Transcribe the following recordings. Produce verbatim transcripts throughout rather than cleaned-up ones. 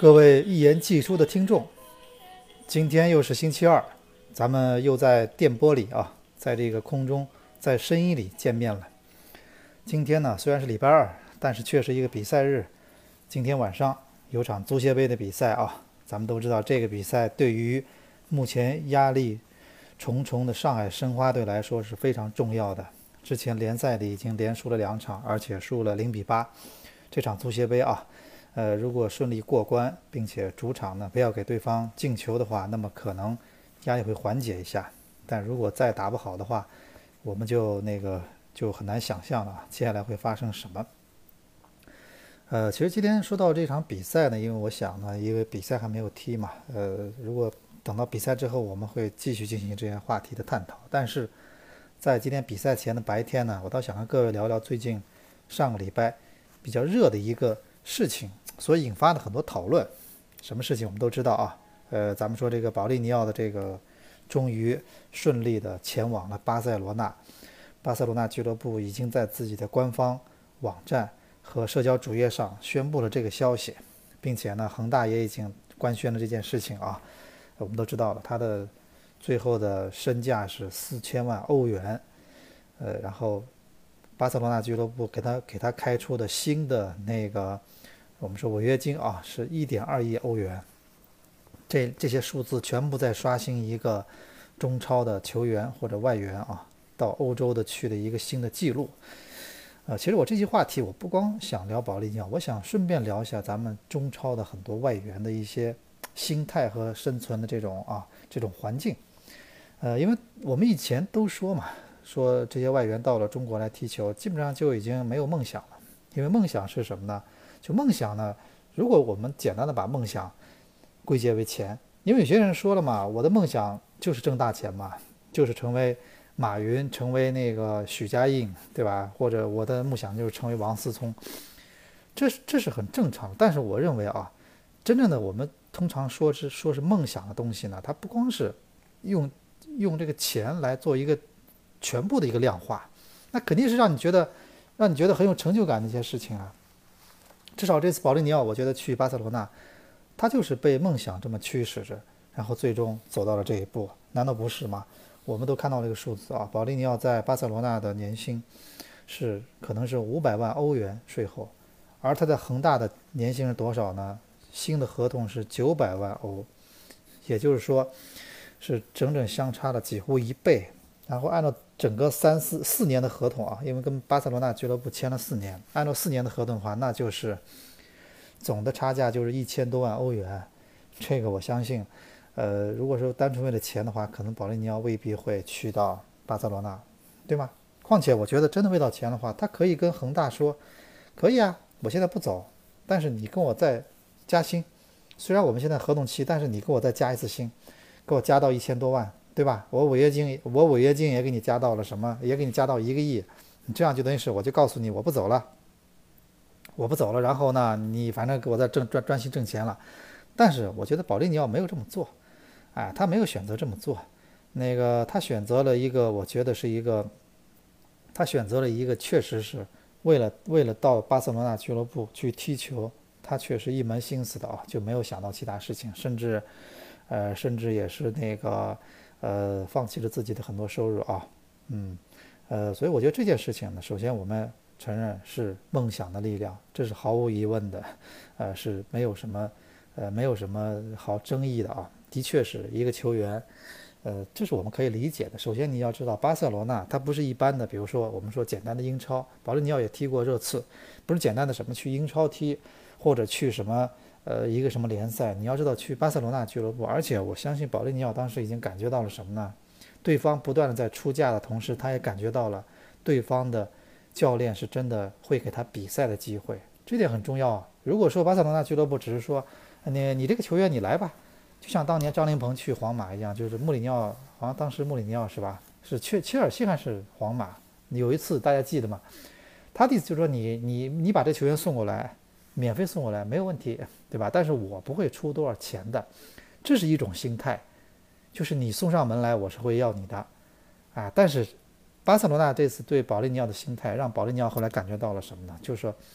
各位一言既出的听众，今天又是星期二，咱们又在电波里啊，在这个空中，在声音里见面了。今天呢，虽然是礼拜二，但是却是一个比赛日。今天晚上有场足协杯的比赛啊，咱们都知道这个比赛对于目前压力重重的上海申花队来说是非常重要的。之前联赛里已经连输了两场，而且输了零比八。这场足协杯啊。呃，如果顺利过关，并且主场呢不要给对方进球的话，那么可能压力会缓解一下。但如果再打不好的话，我们就那个就很难想象了接下来会发生什么。呃，其实今天说到这场比赛呢，因为我想呢，因为比赛还没有踢嘛，呃，如果等到比赛之后，我们会继续进行这些话题的探讨。但是在今天比赛前的白天呢，我倒想跟各位聊聊最近上个礼拜比较热的一个事情所引发的很多讨论。什么事情我们都知道啊，呃，咱们说这个保利尼奥的这个终于顺利的前往了巴塞罗那，巴塞罗那俱乐部已经在自己的官方网站和社交主页上宣布了这个消息，并且呢，恒大也已经官宣了这件事情啊。我们都知道了，他的最后的身价是四千万欧元，呃，然后巴塞罗那俱乐部给他给他开出的新的那个我们说违约金啊，是一点二亿欧元。这这些数字全部在刷新一个中超的球员或者外援啊到欧洲的去的一个新的记录。呃，其实我这期话题我不光想聊保利尼奥，我想顺便聊一下咱们中超的很多外援的一些心态和生存的这种啊这种环境。呃，因为我们以前都说嘛，说这些外援到了中国来踢球，基本上就已经没有梦想了。因为梦想是什么呢？就梦想呢，如果我们简单的把梦想归结为钱，因为有些人说了嘛，我的梦想就是挣大钱嘛，就是成为马云，成为那个许家印，对吧？或者我的梦想就是成为王思聪，这这是很正常的。但是我认为啊，真正的我们通常说是说是梦想的东西呢，它不光是用用这个钱来做一个全部的一个量化，那肯定是让你觉得让你觉得很有成就感的一些事情啊。至少这次保利尼奥，我觉得去巴塞罗那，他就是被梦想这么驱使着，然后最终走到了这一步，难道不是吗？我们都看到这个数字啊，保利尼奥在巴塞罗那的年薪是可能是五百万欧元税后，而他在恒大的年薪是多少呢？新的合同是九百万欧，也就是说是整整相差了几乎一倍。然后按照整个三四四年的合同啊，因为跟巴塞罗那俱乐部签了四年，按照四年的合同的话，那就是总的差价就是一千多万欧元。这个我相信，呃，如果说单纯为了钱的话，可能保利尼奥未必会去到巴塞罗那，对吗？况且我觉得真的为到钱的话，他可以跟恒大说，可以啊，我现在不走，但是你跟我再加薪，虽然我们现在合同期，但是你给我再加一次薪，给我加到一千多万。对吧？我违约金，我违约金也给你加到了什么？也给你加到一个亿，你这样就等于是我就告诉你我不走了，我不走了。然后呢，你反正给我在挣专专心挣钱了。但是我觉得保利尼奥没有这么做，哎，他没有选择这么做。那个他选择了一个，我觉得是一个，他选择了一个确实是为了为了到巴塞罗那俱乐部去踢球，他确实一门心思的啊，就没有想到其他事情，甚至，呃，甚至也是那个。呃，放弃了自己的很多收入啊，嗯，呃，所以我觉得这件事情呢，首先我们承认是梦想的力量，这是毫无疑问的，呃，是没有什么，呃，没有什么好争议的啊，的确是一个球员，呃，这是我们可以理解的。首先你要知道，巴塞罗那它不是一般的，比如说我们说简单的英超，保利尼奥也踢过热刺，不是简单的什么去英超踢，或者去什么。呃，一个什么联赛？你要知道，去巴塞罗那俱乐部，而且我相信保利尼奥当时已经感觉到了什么呢？对方不断的在出价的同时，他也感觉到了对方的教练是真的会给他比赛的机会，这点很重要啊。如果说巴塞罗那俱乐部只是说，你你这个球员你来吧，就像当年张琳芃去皇马一样，就是穆里尼奥，好像当时穆里尼奥是吧？是切切尔西还是皇马？有一次大家记得吗？他的意思就是说你，你你你把这球员送过来。免费送过来没有问题，对吧？但是我不会出多少钱的，这是一种心态，就是你送上门来，我是会要你的，啊！但是巴塞罗那这次对保利尼奥的心态，让保利尼奥后来感觉到了什么呢？就是说，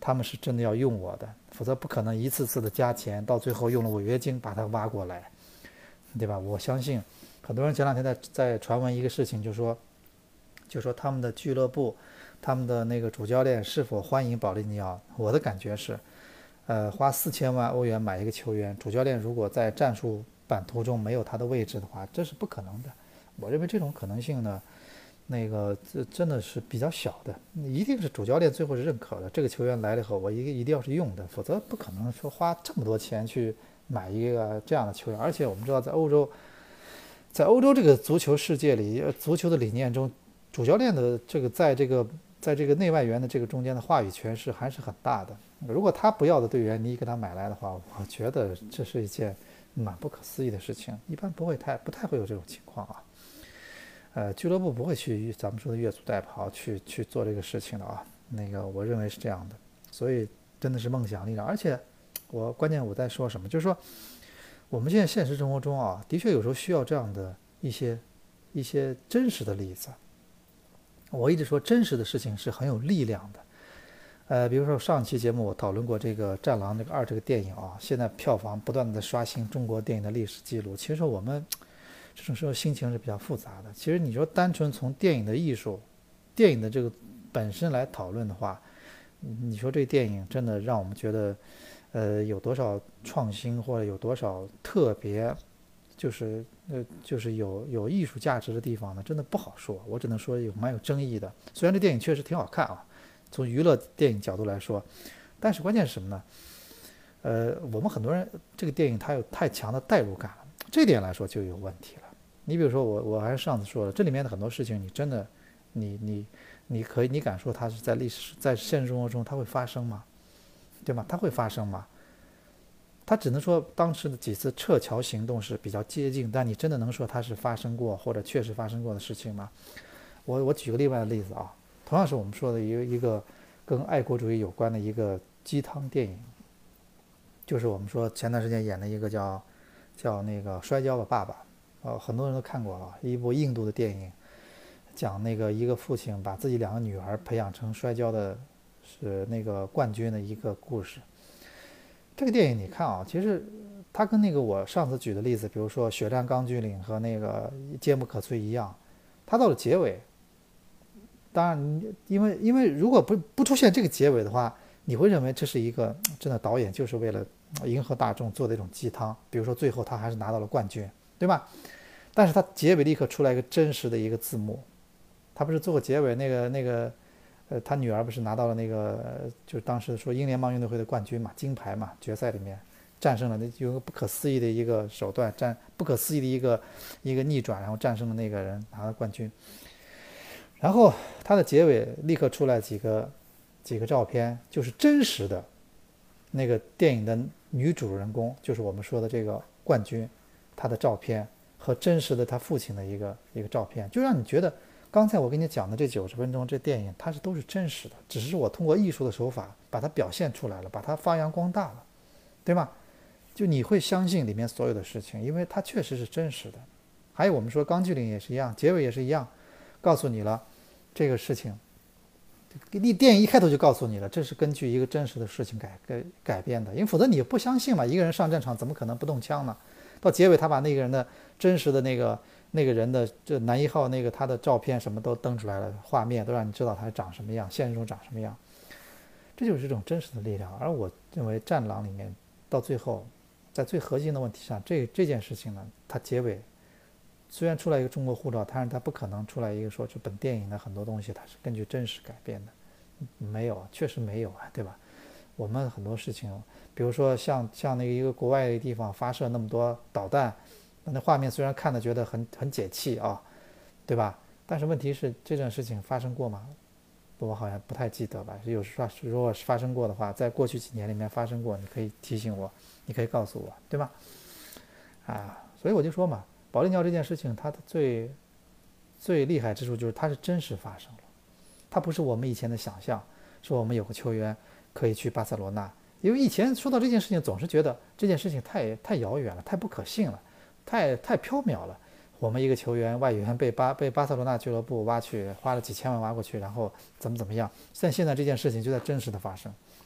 他们是真的要用我的，否则不可能一次次的加钱，到最后用了违约金把他挖过来，对吧？我相信很多人前两天在在传闻一个事情，就说就说他们的俱乐部，他们的那个主教练是否欢迎保利尼奥？我的感觉是，呃，花四千万欧元买一个球员，主教练如果在战术版图中没有他的位置的话，这是不可能的。我认为这种可能性呢，那个这真的是比较小的，一定是主教练最后是认可的。这个球员来了以后，我一个一定要是用的，否则不可能说花这么多钱去买一个这样的球员。而且我们知道，在欧洲，在欧洲这个足球世界里，足球的理念中，主教练的这个在这个在这个内外援的这个中间的话语权是还是很大的。如果他不要的队员你给他买来的话，我觉得这是一件蛮不可思议的事情，一般不会太不太会有这种情况啊。呃，俱乐部不会去咱们说的越俎代庖去去做这个事情的啊。那个我认为是这样的，所以真的是梦想力量。而且我关键我在说什么，就是说我们现在现实生活中啊，的确有时候需要这样的一些一些真实的例子。我一直说真实的事情是很有力量的。呃，比如说上期节目我讨论过这个《战狼》这个二这个电影啊，现在票房不断的在刷新中国电影的历史记录。其实我们这种时候心情是比较复杂的。其实你说单纯从电影的艺术、电影的这个本身来讨论的话，你说这电影真的让我们觉得，呃，有多少创新或者有多少特别，就是呃，就是有有艺术价值的地方呢？真的不好说。我只能说有蛮有争议的。虽然这电影确实挺好看啊，从娱乐电影角度来说，但是关键是什么呢？呃，我们很多人这个电影它有太强的代入感了，这点来说就有问题了。你比如说我，我还是上次说了，这里面的很多事情，你真的，你你你可以，你敢说它是在历史在现实生活中它会发生吗？对吗？它会发生吗？它只能说当时的几次撤侨行动是比较接近，但你真的能说它是发生过或者确实发生过的事情吗？我我举个另外的例子啊，同样是我们说的一个一个跟爱国主义有关的一个鸡汤电影，就是我们说前段时间演的一个叫叫那个摔跤吧爸爸，呃，很多人都看过啊，一部印度的电影，讲那个一个父亲把自己两个女儿培养成摔跤的是那个冠军的一个故事。这个电影你看啊，其实它跟那个我上次举的例子，比如说《血战钢锯岭》和那个《坚不可摧》一样，它到了结尾，当然，因为因为如果不不出现这个结尾的话，你会认为这是一个真的导演就是为了迎合大众做的一种鸡汤。比如说最后他还是拿到了冠军，对吧？但是他结尾立刻出来一个真实的一个字幕，他不是最后结尾那个那个呃，他女儿不是拿到了那个就是当时说英联邦运动会的冠军嘛，金牌嘛，决赛里面战胜了，那有个不可思议的一个手段，战不可思议的一个一个逆转，然后战胜了那个人，拿了冠军。然后他的结尾立刻出来几个几个照片，就是真实的那个电影的女主人公，就是我们说的这个冠军，她的照片和真实的他父亲的一个一个照片，就让你觉得刚才我跟你讲的这九十分钟这电影它是都是真实的，只是我通过艺术的手法把它表现出来了，把它发扬光大了，对吗？就你会相信里面所有的事情，因为它确实是真实的。还有我们说钢锯岭也是一样，结尾也是一样，告诉你了这个事情，你电影一开头就告诉你了，这是根据一个真实的事情改改改编的，因为否则你不相信嘛，一个人上战场怎么可能不动枪呢？到结尾他把那个人的真实的那个那个人的这男一号那个他的照片什么都登出来了，画面都让你知道他长什么样，现实中长什么样，这就是这种真实的力量。而我认为《战狼》里面到最后，在最核心的问题上，这这件事情呢，它结尾虽然出来一个中国护照，但是它不可能出来一个说这本电影的很多东西它是根据真实改编的，没有，确实没有啊，对吧？我们很多事情，比如说像像那个一个国外的地方发射那么多导弹，那画面虽然看着觉得很很解气啊，对吧？但是问题是这件事情发生过吗？我好像不太记得吧。有时如果是发生过的话，在过去几年里面发生过，你可以提醒我，你可以告诉我，对吧？啊，所以我就说嘛，保利尼奥这件事情，它的最最厉害之处就是它是真实发生了，它不是我们以前的想象，说我们有个球员可以去巴塞罗那，因为以前说到这件事情，总是觉得这件事情太太遥远了，太不可信了，太太缥缈了。我们一个球员外援被巴被巴塞罗那俱乐部挖去，花了几千万挖过去，然后怎么怎么样？但现在这件事情就在真实的发生，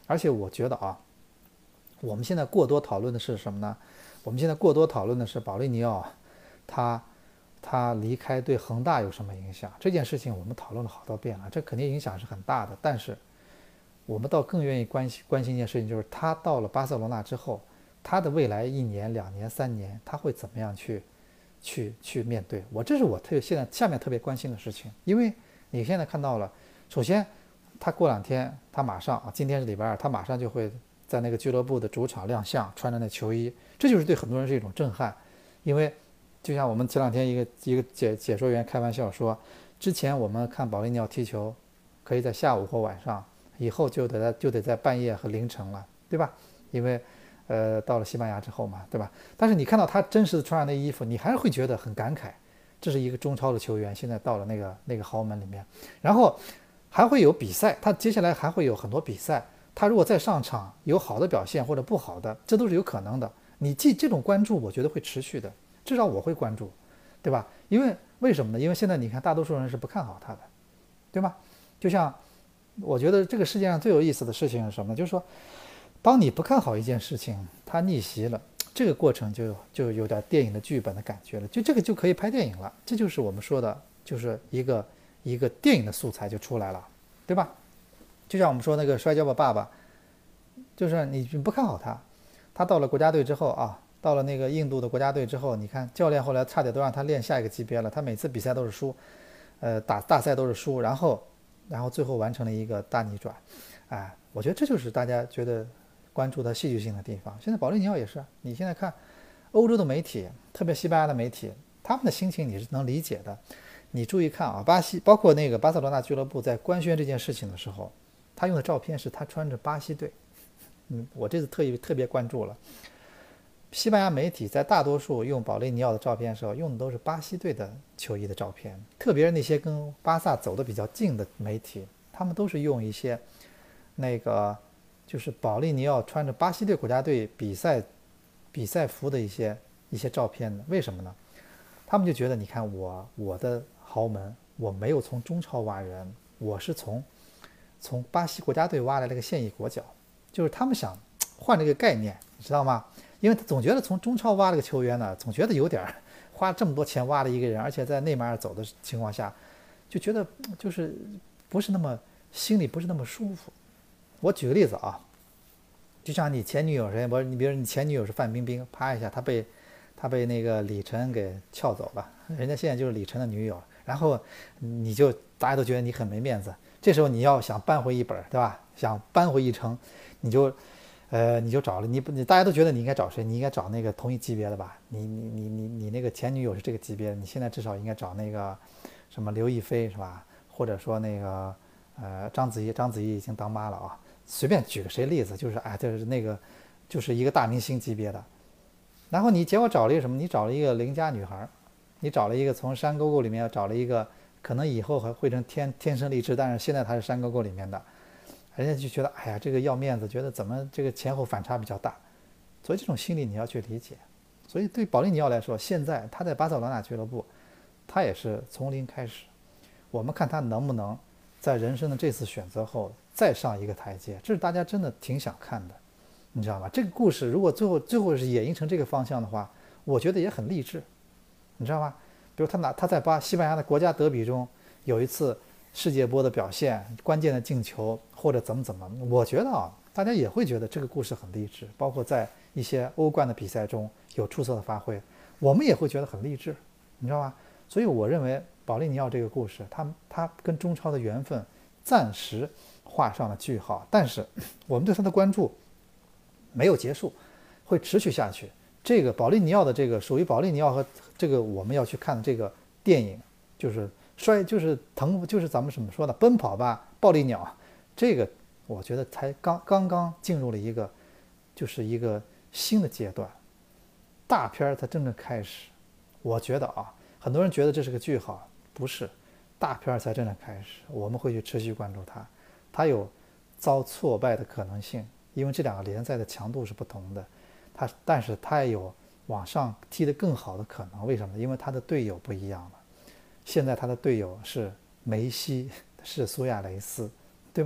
而且我觉得啊，我们现在过多讨论的是什么呢？我们现在过多讨论的是保利尼奥他他离开对恒大有什么影响？这件事情我们讨论了好多遍了，这肯定影响是很大的。但是我们倒更愿意关心关心一件事情，就是他到了巴塞罗那之后，他的未来一年、两年、三年，他会怎么样去去去面对？我这是我特现在下面特别关心的事情，因为你现在看到了，首先他过两天，他马上啊，今天是礼拜二，他马上就会在那个俱乐部的主场亮相，穿着那球衣，这就是对很多人是一种震撼，因为就像我们前两天一个一个解解说员开玩笑说，之前我们看保利尼奥踢球，可以在下午或晚上，以后就得在就得在半夜和凌晨了，对吧？因为呃到了西班牙之后嘛，对吧？但是你看到他真实的穿上那衣服，你还是会觉得很感慨，这是一个中超的球员，现在到了那个那个豪门里面，然后还会有比赛，他接下来还会有很多比赛，他如果再上场有好的表现或者不好的，这都是有可能的。你既这种关注，我觉得会持续的。至少我会关注，对吧？因为为什么呢？因为现在你看，大多数人是不看好他的，对吗？就像我觉得这个世界上最有意思的事情是什么？就是说，当你不看好一件事情，它逆袭了，这个过程就就有点电影的剧本的感觉了，就这个就可以拍电影了。这就是我们说的，就是一个一个电影的素材就出来了，对吧？就像我们说那个摔跤吧爸爸，就是你不看好他，他到了国家队之后啊。到了那个印度的国家队之后，你看教练后来差点都让他练下一个级别了，他每次比赛都是输，呃，打大赛都是输，然后，然后最后完成了一个大逆转，哎，我觉得这就是大家觉得关注他戏剧性的地方。现在保利尼奥也是，你现在看欧洲的媒体，特别西班牙的媒体，他们的心情你是能理解的。你注意看啊，巴西包括那个巴塞罗那俱乐部在官宣这件事情的时候，他用的照片是他穿着巴西队，嗯，我这次特意特别关注了。西班牙媒体在大多数用保利尼奥的照片的时候，用的都是巴西队的球衣的照片，特别是那些跟巴萨走得比较近的媒体，他们都是用一些那个就是保利尼奥穿着巴西队国家队比赛比赛服的一些一些照片的。为什么呢？他们就觉得，你看我我的豪门，我没有从中超挖人，我是从从巴西国家队挖来了个现役国脚，就是他们想换这个概念，你知道吗？因为他总觉得从中超挖了个球员呢，总觉得有点花这么多钱挖了一个人，而且在内马尔走的情况下，就觉得就是不是那么心里不是那么舒服。我举个例子啊，就像你前女友谁，不是你，比如你前女友是范冰冰，啪一下她被她被那个李晨给撬走了，人家现在就是李晨的女友，然后你就大家都觉得你很没面子，这时候你要想扳回一本，对吧？想扳回一城，你就。呃，你就找了你不你大家都觉得你应该找谁？你应该找那个同一级别的吧？你你你你你那个前女友是这个级别，你现在至少应该找那个什么刘亦菲是吧？或者说那个呃章子怡，章子怡已经当妈了啊。随便举个谁例子，就是哎，就是那个就是一个大明星级别的。然后你结果找了一个什么？你找了一个邻家女孩，你找了一个从山沟沟里面找了一个，可能以后还会成天天生丽质，但是现在她是山沟沟里面的。人家就觉得，哎呀，这个要面子，觉得怎么这个前后反差比较大，所以这种心理你要去理解。所以对保利尼奥来说，现在他在巴塞罗那俱乐部，他也是从零开始。我们看他能不能在人生的这次选择后再上一个台阶，这是大家真的挺想看的，你知道吗？这个故事如果最后最后是演绎成这个方向的话，我觉得也很励志，你知道吗？比如他拿他在巴西班牙的国家德比中有一次世界波的表现，关键的进球或者怎么怎么，我觉得啊，大家也会觉得这个故事很励志，包括在一些欧冠的比赛中有出色的发挥，我们也会觉得很励志，你知道吗？所以我认为保利尼奥这个故事，他他跟中超的缘分暂时画上了句号，但是我们对他的关注没有结束，会持续下去。这个保利尼奥的这个属于保利尼奥和这个我们要去看的这个电影，就是摔就是腾就是咱们怎么说呢？奔跑吧，暴力鸟，这个我觉得才刚刚刚进入了一个，就是一个新的阶段，大片才真正开始。我觉得啊，很多人觉得这是个句号，不是，大片才真正开始。我们会去持续关注它，它有遭挫败的可能性，因为这两个联赛的强度是不同的，它但是它也有往上踢得更好的可能。为什么？因为他的队友不一样了。现在他的队友是梅西，是苏亚雷斯，对吧？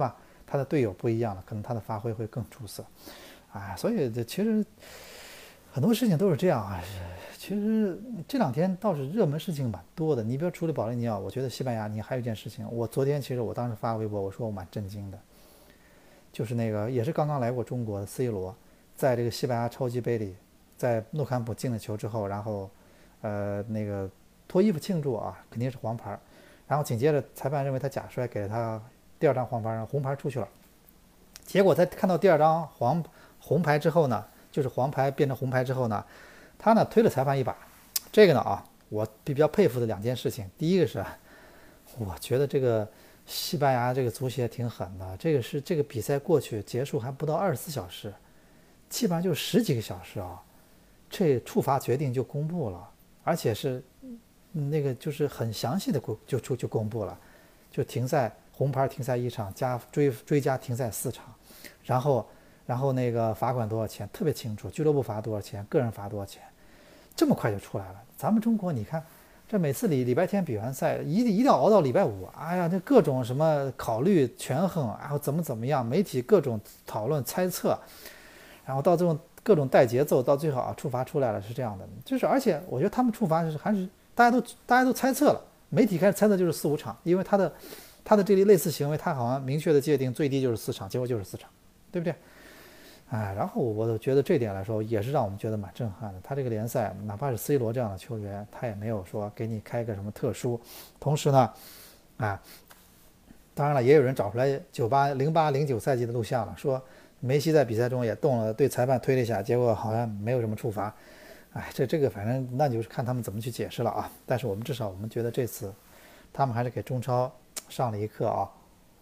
他的队友不一样了，可能他的发挥会更出色。哎，所以这其实很多事情都是这样啊。其实这两天倒是热门事情蛮多的。你比如除了保利尼奥，我觉得西班牙你还有一件事情，我昨天其实我当时发微博，我说我蛮震惊的，就是那个也是刚刚来过中国的 C 罗，在这个西班牙超级杯里，在诺坎普进了球之后，然后呃那个脱衣服庆祝啊，肯定是黄牌，然后紧接着裁判认为他假摔，给了他第二张黄牌，红牌出去了。结果在看到第二张黄红牌之后呢，就是黄牌变成红牌之后呢，他呢推了裁判一把。这个呢啊，我比较佩服的两件事情，第一个是，我觉得这个西班牙这个足协挺狠的，这个是这个比赛过去结束还不到二十四小时，基本上就十几个小时啊，这处罚决定就公布了，而且是那个就是很详细的就就就公布了，就停赛红牌停赛一场，加追追加停赛四场，然后然后那个罚款多少钱特别清楚，俱乐部罚多少钱，个人罚多少钱，这么快就出来了。咱们中国你看，这每次礼礼拜天比完赛，一一定要熬到礼拜五，哎呀，这各种什么考虑权衡，然后怎么怎么样，媒体各种讨论猜测，然后到这种各种带节奏，到最后啊处罚出来了是这样的，就是而且我觉得他们处罚是还是大家都大家都猜测了，媒体开始猜测就是四五场，因为他的他的这类类似行为，他好像明确的界定最低就是四场，结果就是四场，对不对？哎，然后我觉得这点来说也是让我们觉得蛮震撼的。他这个联赛，哪怕是 C 罗这样的球员，他也没有说给你开个什么特殊。同时呢，啊，当然了，也有人找出来九八零八零九赛季的录像了，说梅西在比赛中也动了，对裁判推了一下，结果好像没有什么处罚。哎，这这个反正那就是看他们怎么去解释了啊。但是我们至少我们觉得这次他们还是给中超上了一课啊。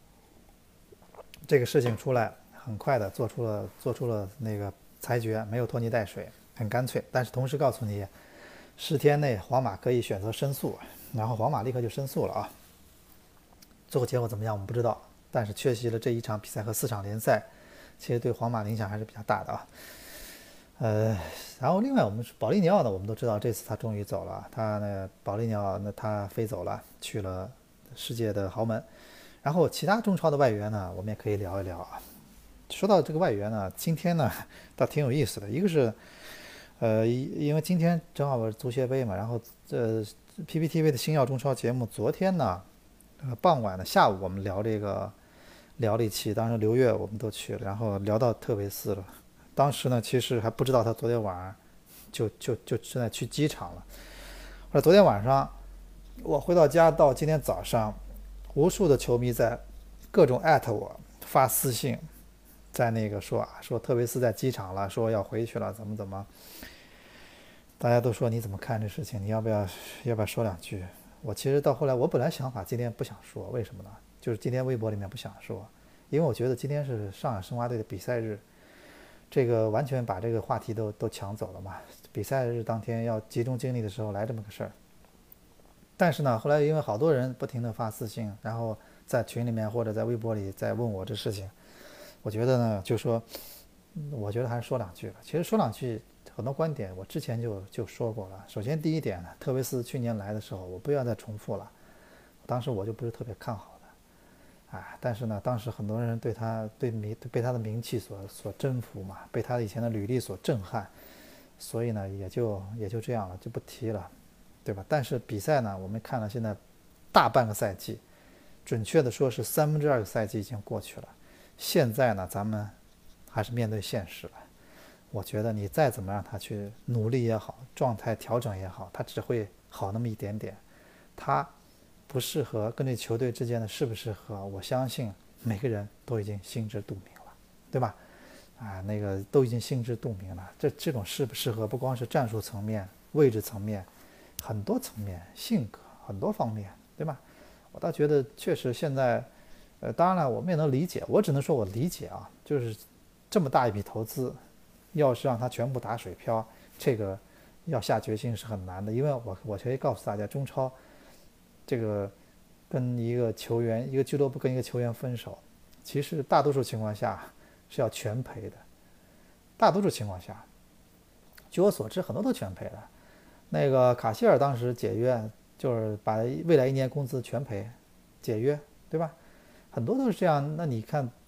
这个事情出来。很快的做出了做出了那个裁决，没有拖泥带水，很干脆。但是同时告诉你，十天内皇马可以选择申诉，然后皇马立刻就申诉了啊。最后结果怎么样我们不知道，但是缺席了这一场比赛和四场联赛，其实对皇马的影响还是比较大的啊。呃，然后另外我们保利尼奥呢，我们都知道这次他终于走了，他呢保利尼奥那他飞走了，去了世界的豪门。然后其他中超的外援呢，我们也可以聊一聊啊。说到这个外援呢，今天呢倒挺有意思的。一个是，呃，因为今天正好是足协杯嘛，然后呃 P P T V 的星耀中超节目，昨天呢，呃傍晚的下午我们聊这个聊了一期，当时刘越我们都去了，然后聊到特维斯了。当时呢，其实还不知道他昨天晚上就就就正在去机场了。后来昨天晚上我回到家，到今天早上，无数的球迷在各种艾特我发私信。在那个说啊，说特维斯在机场了，说要回去了，怎么怎么，大家都说你怎么看这事情？你要不要要不要说两句？我其实到后来，我本来想法今天不想说，为什么呢？就是今天微博里面不想说，因为我觉得今天是上海申花队的比赛日，这个完全把这个话题都都抢走了嘛。比赛日当天要集中精力的时候来这么个事儿。但是呢，后来因为好多人不停的发私信，然后在群里面或者在微博里在问我这事情。我觉得呢，就说，我觉得还是说两句吧。其实说两句，很多观点我之前就就说过了。首先第一点呢，特维斯去年来的时候，我不要再重复了。当时我就不是特别看好的，哎，但是呢，当时很多人对他对名被他的名气所所征服嘛，被他以前的履历所震撼，所以呢，也就也就这样了，就不提了，对吧？但是比赛呢，我们看了现在大半个赛季，准确的说是三分之二个赛季已经过去了。现在呢，咱们还是面对现实了。我觉得你再怎么让他去努力也好，状态调整也好，他只会好那么一点点。他不适合跟这球队之间的适不适合，我相信每个人都已经心知肚明了，对吧？啊，那个都已经心知肚明了。这这种适不适合，不光是战术层面、位置层面，很多层面、性格很多方面，对吧？我倒觉得确实现在。呃，当然了，我们也能理解，我只能说我理解啊，就是这么大一笔投资，要是让他全部打水漂，这个要下决心是很难的，因为我我可以告诉大家，中超这个跟一个球员、一个俱乐部跟一个球员分手，其实大多数情况下是要全赔的，大多数情况下，据我所知，很多都全赔了。那个卡希尔当时解约，就是把未来一年工资全赔，解约，对吧？很多都是这样，那你看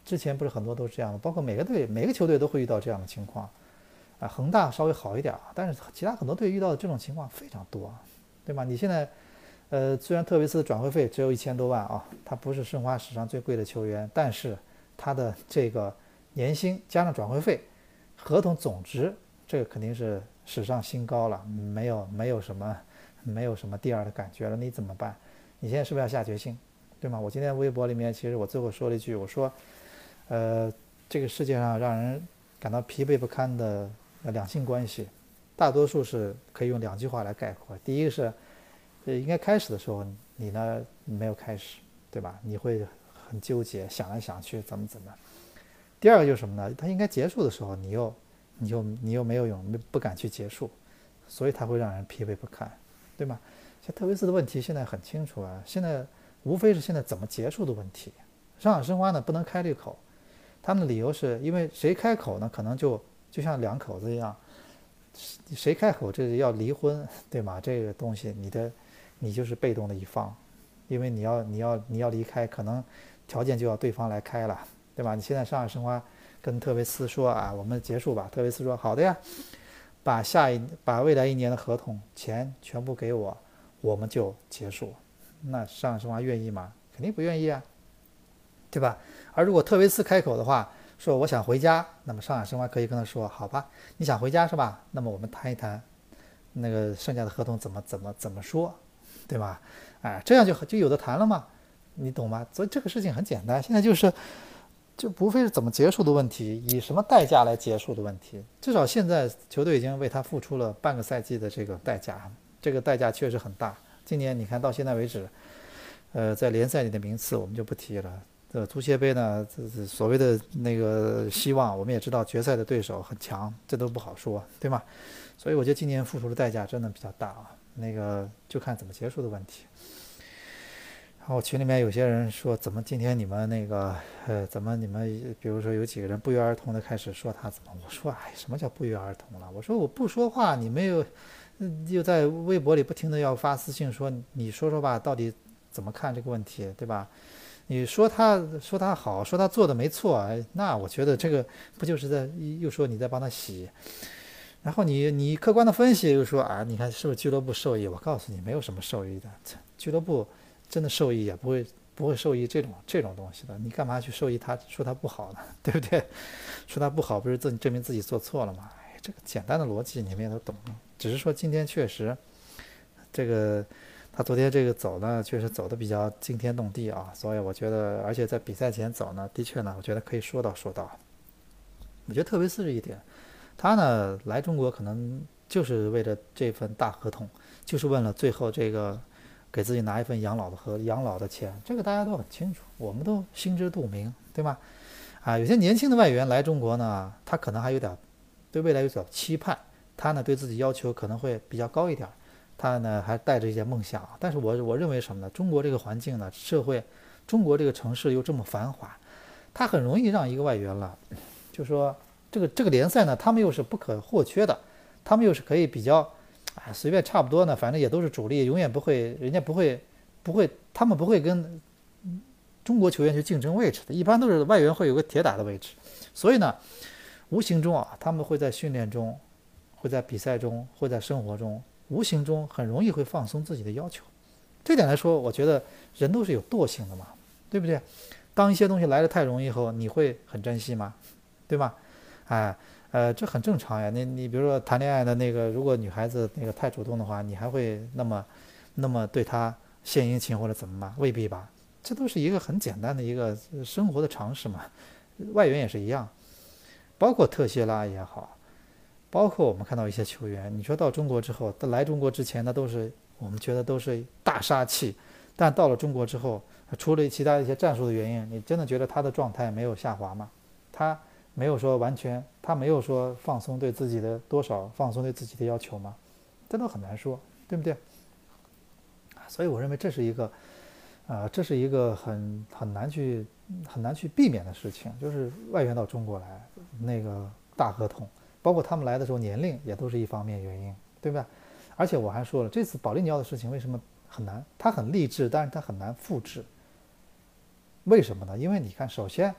之前不是很多都是这样的，包括每个队每个球队都会遇到这样的情况啊。恒大稍微好一点，但是其他很多队遇到的这种情况非常多，对吧？你现在呃，虽然特维斯的转会费只有一千多万啊，他不是申花史上最贵的球员，但是他的这个年薪加上转会费，合同总值这个肯定是史上新高了，没有没有什么没有什么第二的感觉了，你怎么办？你现在是不是要下决心，对吗？我今天微博里面其实我最后说了一句，我说，呃，这个世界上让人感到疲惫不堪的两性关系，大多数是可以用两句话来概括。第一个是，呃，应该开始的时候你呢没有开始，对吧？你会很纠结，想来想去怎么怎么。第二个就是什么呢？它应该结束的时候，你又你又你又没有勇不敢去结束，所以它会让人疲惫不堪，对吗？像特维斯的问题现在很清楚啊，现在无非是现在怎么结束的问题。上海申花呢不能开这个口，他们的理由是因为谁开口呢，可能就就像两口子一样，谁开口这要离婚，对吗？这个东西你的你就是被动的一方，因为你要你要你要离开，可能条件就要对方来开了。对吧？你现在上海申花跟特维斯说啊，我们结束吧。特维斯说好的呀，把下一把未来一年的合同钱全部给我，我们就结束。那上海申花愿意吗？肯定不愿意啊，对吧？而如果特维斯开口的话，说我想回家，那么上海申花可以跟他说，好吧，你想回家是吧？那么我们谈一谈那个剩下的合同怎么怎么怎么说，对吧？哎，这样就就有的谈了嘛，你懂吗？所以这个事情很简单，现在就是。就无非是怎么结束的问题，以什么代价来结束的问题。至少现在球队已经为他付出了半个赛季的这个代价，这个代价确实很大。今年你看到现在为止，呃，在联赛里的名次我们就不提了。呃，足协杯呢，这这所谓的那个希望，我们也知道决赛的对手很强，这都不好说，对吗？所以我觉得今年付出的代价真的比较大啊。那个就看怎么结束的问题。然后群里面有些人说，怎么今天你们那个，呃，怎么你们，比如说有几个人不约而同的开始说他怎么？我说，哎，什么叫不约而同了？我说我不说话，你没有，又在微博里不停的要发私信说，你说说吧，到底怎么看这个问题，对吧？你说他说他好，说他做的没错，哎，那我觉得这个不就是在又说你在帮他洗，然后你你客观的分析又说啊，你看是不是俱乐部受益？我告诉你，没有什么受益的，俱乐部。真的受益也不会不会受益这种这种东西的，你干嘛去受益他说他不好呢？对不对？说他不好不是自证明自己做错了吗？哎，这个简单的逻辑你们也都懂，只是说今天确实这个他昨天这个走呢，确实走的比较惊天动地啊，所以我觉得，而且在比赛前走呢，的确呢，我觉得可以说道说道。我觉得特别是一点，他呢来中国可能就是为了这份大合同，就是为了最后这个。给自己拿一份养老的和养老的钱，这个大家都很清楚，我们都心知肚明，对吧？啊，有些年轻的外援来中国呢，他可能还有点对未来有点期盼，他呢对自己要求可能会比较高一点，他呢还带着一些梦想。但是我我认为什么呢？中国这个环境呢，社会，中国这个城市又这么繁华，他很容易让一个外援了，就说这个这个联赛呢，他们又是不可或缺的，他们又是可以比较。哎，随便差不多呢，反正也都是主力，永远不会，人家不会，不会，他们不会跟中国球员去竞争位置的，一般都是外援会有个铁打的位置，所以呢，无形中啊，他们会在训练中，会在比赛中，会在生活中，无形中很容易会放松自己的要求。这点来说，我觉得人都是有惰性的嘛，对不对？当一些东西来得太容易以后，你会很珍惜吗？对吧？哎。呃，这很正常呀。你你比如说谈恋爱的那个，如果女孩子那个太主动的话，你还会那么那么对她献殷勤或者怎么吗？未必吧。这都是一个很简单的一个生活的常识嘛。外援也是一样，包括特谢拉也好，包括我们看到一些球员，你说到中国之后，他来中国之前，那都是我们觉得都是大杀器，但到了中国之后，除了其他一些战术的原因，你真的觉得他的状态没有下滑吗？他。没有说完全，他没有说放松对自己的多少放松对自己的要求吗？这都很难说，对不对？所以我认为这是一个，呃，这是一个很很难去很难去避免的事情，就是外援到中国来那个大合同，包括他们来的时候年龄也都是一方面原因，对吧？而且我还说了，这次保利尼奥的事情为什么很难？他很励志，但是他很难复制。为什么呢？因为你看，首先。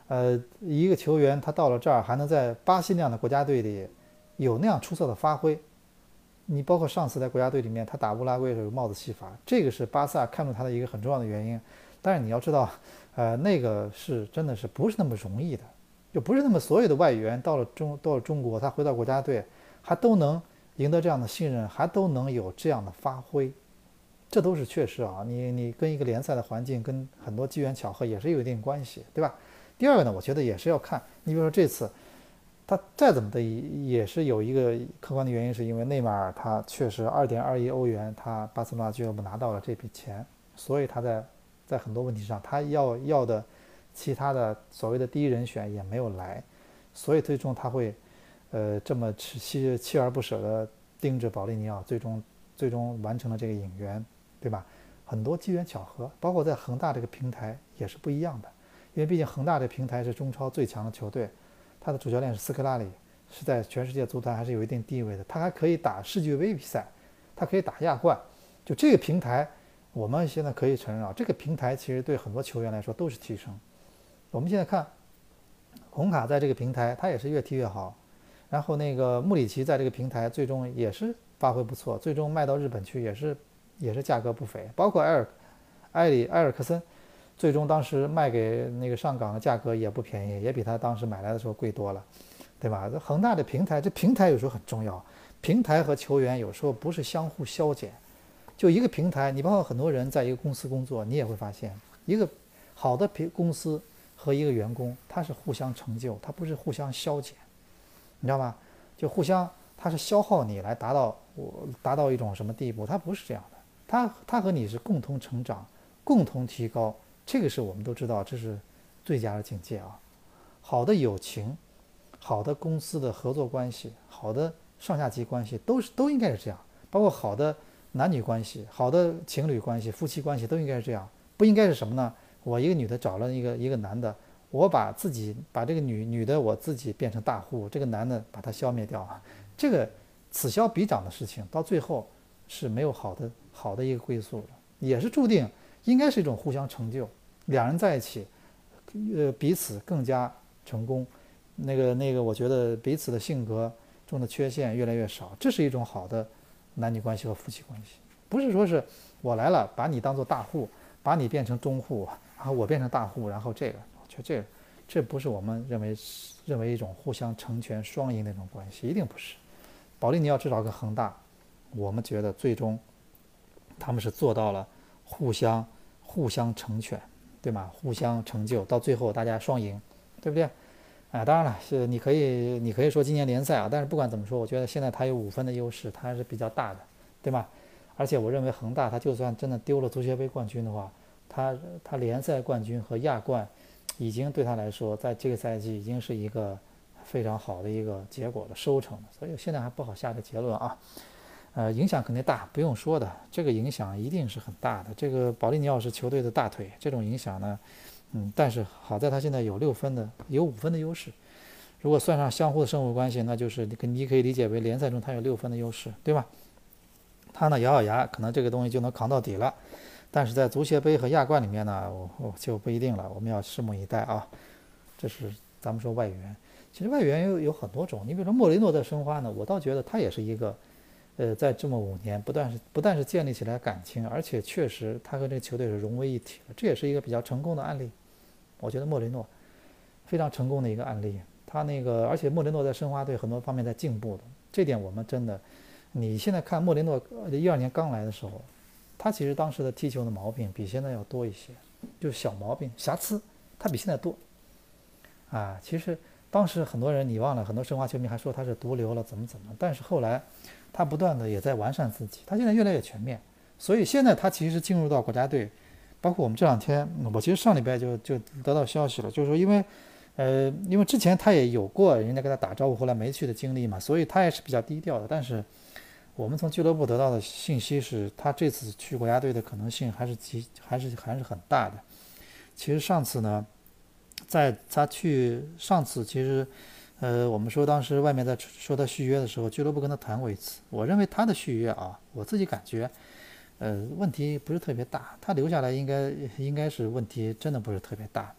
呃，一个球员他到了这儿还能在巴西那样的国家队里有那样出色的发挥，你包括上次在国家队里面他打乌拉圭的时候有帽子戏法，这个是巴萨看中他的一个很重要的原因。但是你要知道，呃，那个是真的是不是那么容易的，就不是那么所有的外援到了中到了中国，他回到国家队还都能赢得这样的信任，还都能有这样的发挥，这都是确实啊。你你跟一个联赛的环境跟很多机缘巧合也是有一定关系，对吧？第二个呢，我觉得也是要看，你比如说这次他再怎么的也是有一个客观的原因，是因为内马尔他确实二点二亿欧元，他巴塞罗那俱乐部拿到了这笔钱，所以他在在很多问题上他要要的其他的所谓的第一人选也没有来，所以最终他会呃这么锲锲而不舍的盯着保利尼奥，最终最终完成了这个引援，对吧？很多机缘巧合，包括在恒大这个平台也是不一样的。因为毕竟恒大这平台是中超最强的球队，他的主教练是斯科拉里，是在全世界足坛还是有一定地位的。他还可以打世俱杯比赛，他可以打亚冠。就这个平台，我们现在可以承认啊，这个平台其实对很多球员来说都是提升。我们现在看，红卡在这个平台，他也是越踢越好。然后那个穆里奇在这个平台最终也是发挥不错，最终卖到日本去也是也是价格不菲。包括埃尔埃里埃尔克森。最终当时卖给那个上港的价格也不便宜，也比他当时买来的时候贵多了，对吧？这恒大的平台，这平台有时候很重要，平台和球员有时候不是相互消减。就一个平台，你包括很多人在一个公司工作，你也会发现，一个好的平公司和一个员工，他是互相成就，他不是互相消减，你知道吗？就互相，他是消耗你来达到我达到一种什么地步，他不是这样的，他他和你是共同成长，共同提高。这个是我们都知道，这是最佳的境界啊！好的友情，好的公司的合作关系，好的上下级关系，都是都应该是这样。包括好的男女关系、好的情侣关系、夫妻关系都应该是这样。不应该是什么呢？我一个女的找了一个一个男的，我把自己把这个女女的我自己变成大户，这个男的把他消灭掉，这个此消彼长的事情，到最后是没有好的好的一个归宿的，也是注定应该是一种互相成就。两人在一起，呃，彼此更加成功，那个那个，我觉得彼此的性格中的缺陷越来越少，这是一种好的男女关系和夫妻关系。不是说是我来了把你当做大户，把你变成中户，然后我变成大户，然后这个，我觉得这个这不是我们认为认为一种互相成全双赢的那种关系，一定不是。保利尼奥至少跟恒大，我们觉得最终他们是做到了互相互相成全。对吗？互相成就，到最后大家双赢，对不对？啊，当然了，是你可以你可以说今年联赛啊，但是不管怎么说，我觉得现在他有五分的优势，他还是比较大的，对吗？而且我认为恒大他就算真的丢了足协杯冠军的话，他他联赛冠军和亚冠已经对他来说，在这个赛季已经是一个非常好的一个结果的收成了，所以现在还不好下个结论啊。呃，影响肯定大，不用说的，这个影响一定是很大的。这个保利尼奥是球队的大腿，这种影响呢，嗯，但是好在他现在有六分的，有五分的优势。如果算上相互的胜负关系，那就是你你可以理解为联赛中他有六分的优势，对吧？他呢咬咬牙，可能这个东西就能扛到底了。但是在足协杯和亚冠里面呢，我我就不一定了，我们要拭目以待啊。这是咱们说外援，其实外援有有很多种。你比如说莫雷诺的申花呢，我倒觉得他也是一个。呃，在这么五年，不但是不但是建立起来感情，而且确实他和这个球队是融为一体了，这也是一个比较成功的案例。我觉得莫雷诺非常成功的一个案例。他那个，而且莫雷诺在申花队很多方面在进步的，这点我们真的，你现在看莫雷诺一二年刚来的时候，他其实当时的踢球的毛病比现在要多一些，就是小毛病、瑕疵，他比现在多。啊，其实当时很多人你忘了，很多申花球迷还说他是毒瘤了，怎么怎么，但是后来。他不断的也在完善自己，他现在越来越全面，所以现在他其实进入到国家队，包括我们这两天，我其实上礼拜就就得到消息了，就是说因为，呃，因为之前他也有过人家跟他打招呼后来没去的经历嘛，所以他也是比较低调的。但是我们从俱乐部得到的信息是，他这次去国家队的可能性还是极还是还是很大的。其实上次呢，在他去上次其实。呃，我们说当时外面在说他续约的时候，俱乐部跟他谈过一次。我认为他的续约啊，我自己感觉，呃，问题不是特别大。他留下来应该应该是问题真的不是特别大。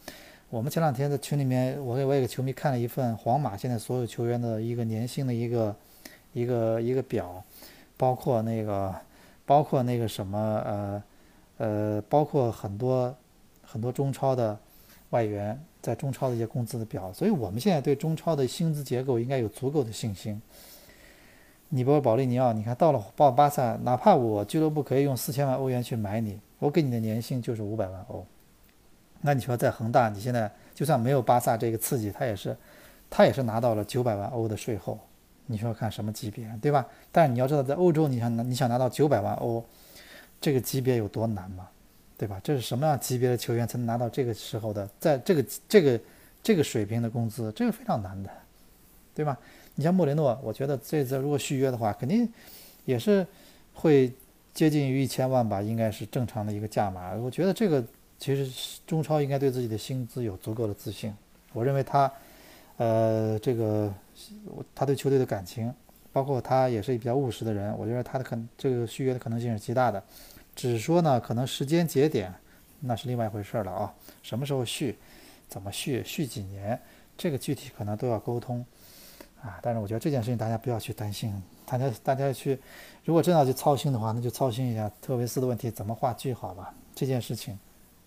我们前两天在群里面，我给我一个球迷看了一份皇马现在所有球员的一个年薪的一个一个一个表，包括那个包括那个什么呃呃，包括很多很多中超的外援在中超的一些工资的表，所以我们现在对中超的薪资结构应该有足够的信心。你比如保利尼奥，你看到了报巴萨，哪怕我俱乐部可以用四千万欧元去买你，我给你的年薪就是五百万欧。那你说在恒大，你现在就算没有巴萨这个刺激，他也是他也是拿到了九百万欧的税后，你说看什么级别，对吧？但是你要知道，在欧洲，你想你想拿到九百万欧，这个级别有多难嘛，对吧？这是什么样级别的球员才能拿到这个时候的，在这个这个这个水平的工资，这个非常难的，对吧？你像莫雷诺，我觉得这次如果续约的话，肯定也是会接近于一千万吧，应该是正常的一个价码。我觉得这个其实中超应该对自己的薪资有足够的自信。我认为他，呃，这个他对球队的感情，包括他也是比较务实的人，我觉得他的可这个续约的可能性是极大的。只是说呢，可能时间节点那是另外一回事了啊，什么时候续，怎么续，续几年，这个具体可能都要沟通。啊，但是我觉得这件事情大家不要去担心，大家大家去，如果真要去操心的话，那就操心一下特维斯的问题怎么画句号吧。这件事情，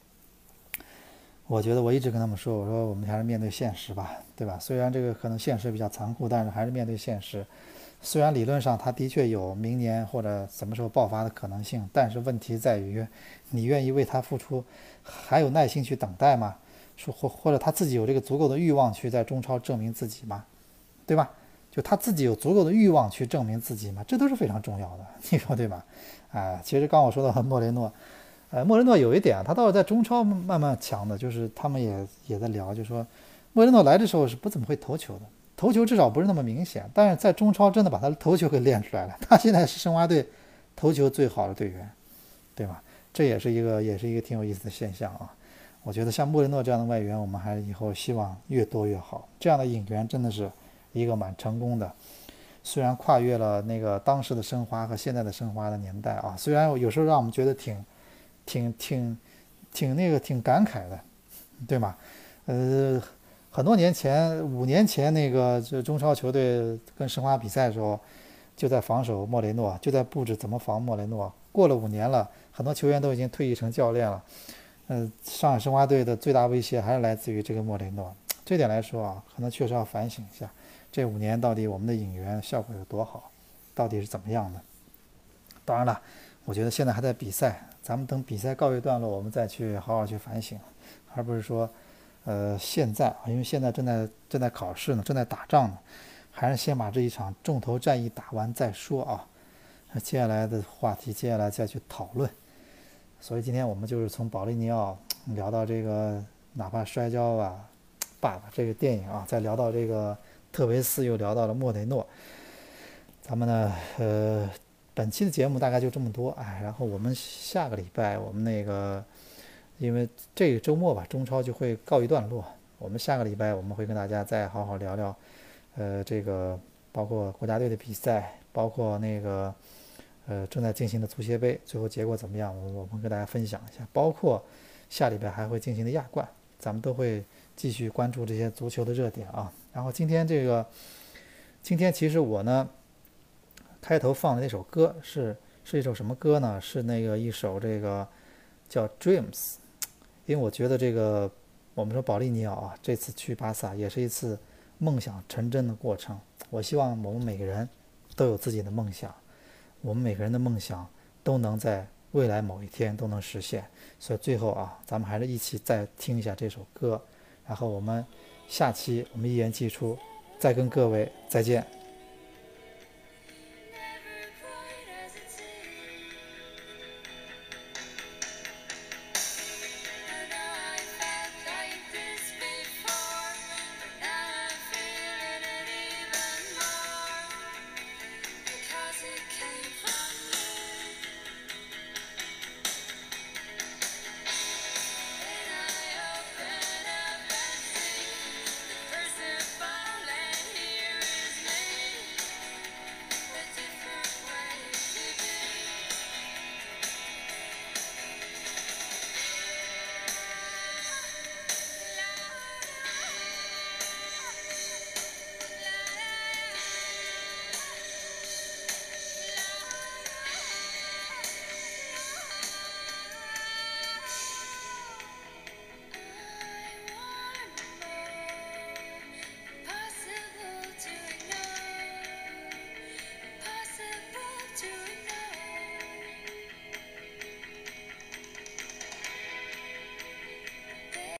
我觉得我一直跟他们说，我说我们还是面对现实吧，对吧？虽然这个可能现实比较残酷，但是还是面对现实。虽然理论上他的确有明年或者什么时候爆发的可能性，但是问题在于，你愿意为他付出，还有耐心去等待吗？说或或者他自己有这个足够的欲望去在中超证明自己吗？对吧？就他自己有足够的欲望去证明自己嘛，这都是非常重要的，你说对吧？啊、呃，其实刚我说到莫雷诺，呃，莫雷诺有一点，他倒是在中超慢慢强的，就是他们也也在聊，就说莫雷诺来的时候是不怎么会投球的，投球至少不是那么明显，但是在中超真的把他的头球给练出来了，他现在是申花队投球最好的队员，对吧？这也是一个也是一个挺有意思的现象啊。我觉得像莫雷诺这样的外援，我们还是以后希望越多越好，这样的引援真的是一个蛮成功的，虽然跨越了那个当时的申花和现在的申花的年代啊，虽然有时候让我们觉得挺、挺、挺、挺那个挺感慨的，对吗？呃，很多年前，五年前那个就中超球队跟申花比赛的时候，就在防守莫雷诺，就在布置怎么防莫雷诺。过了五年了，很多球员都已经退役成教练了。呃，上海申花队的最大威胁还是来自于这个莫雷诺。这点来说啊，可能确实要反省一下。这五年到底我们的引援效果有多好，到底是怎么样的？当然了，我觉得现在还在比赛，咱们等比赛告一段落，我们再去好好去反省，而不是说，呃，现在啊，因为现在正在正在考试呢，正在打仗呢，还是先把这一场重头战役打完再说啊。接下来的话题，接下来再去讨论。所以今天我们就是从保利尼奥聊到这个，哪怕摔跤吧，爸爸这个电影啊，再聊到这个。特维斯又聊到了莫雷诺，咱们呢，呃，本期的节目大概就这么多，哎，然后我们下个礼拜我们那个，因为这个周末吧，中超就会告一段落，我们下个礼拜我们会跟大家再好好聊聊，呃，这个包括国家队的比赛，包括那个，呃，正在进行的足协杯，最后结果怎么样，我我们跟大家分享一下，包括下礼拜还会进行的亚冠，咱们都会继续关注这些足球的热点啊。然后今天这个，今天其实我呢，开头放的那首歌是是一首什么歌呢？是那个一首这个叫《Dreams》，因为我觉得这个我们说保利尼奥啊，这次去巴萨也是一次梦想成真的过程。我希望我们每个人都有自己的梦想，我们每个人的梦想都能在未来某一天都能实现。所以最后啊，咱们还是一起再听一下这首歌，然后我们。下期我们一言既出，再跟各位再见。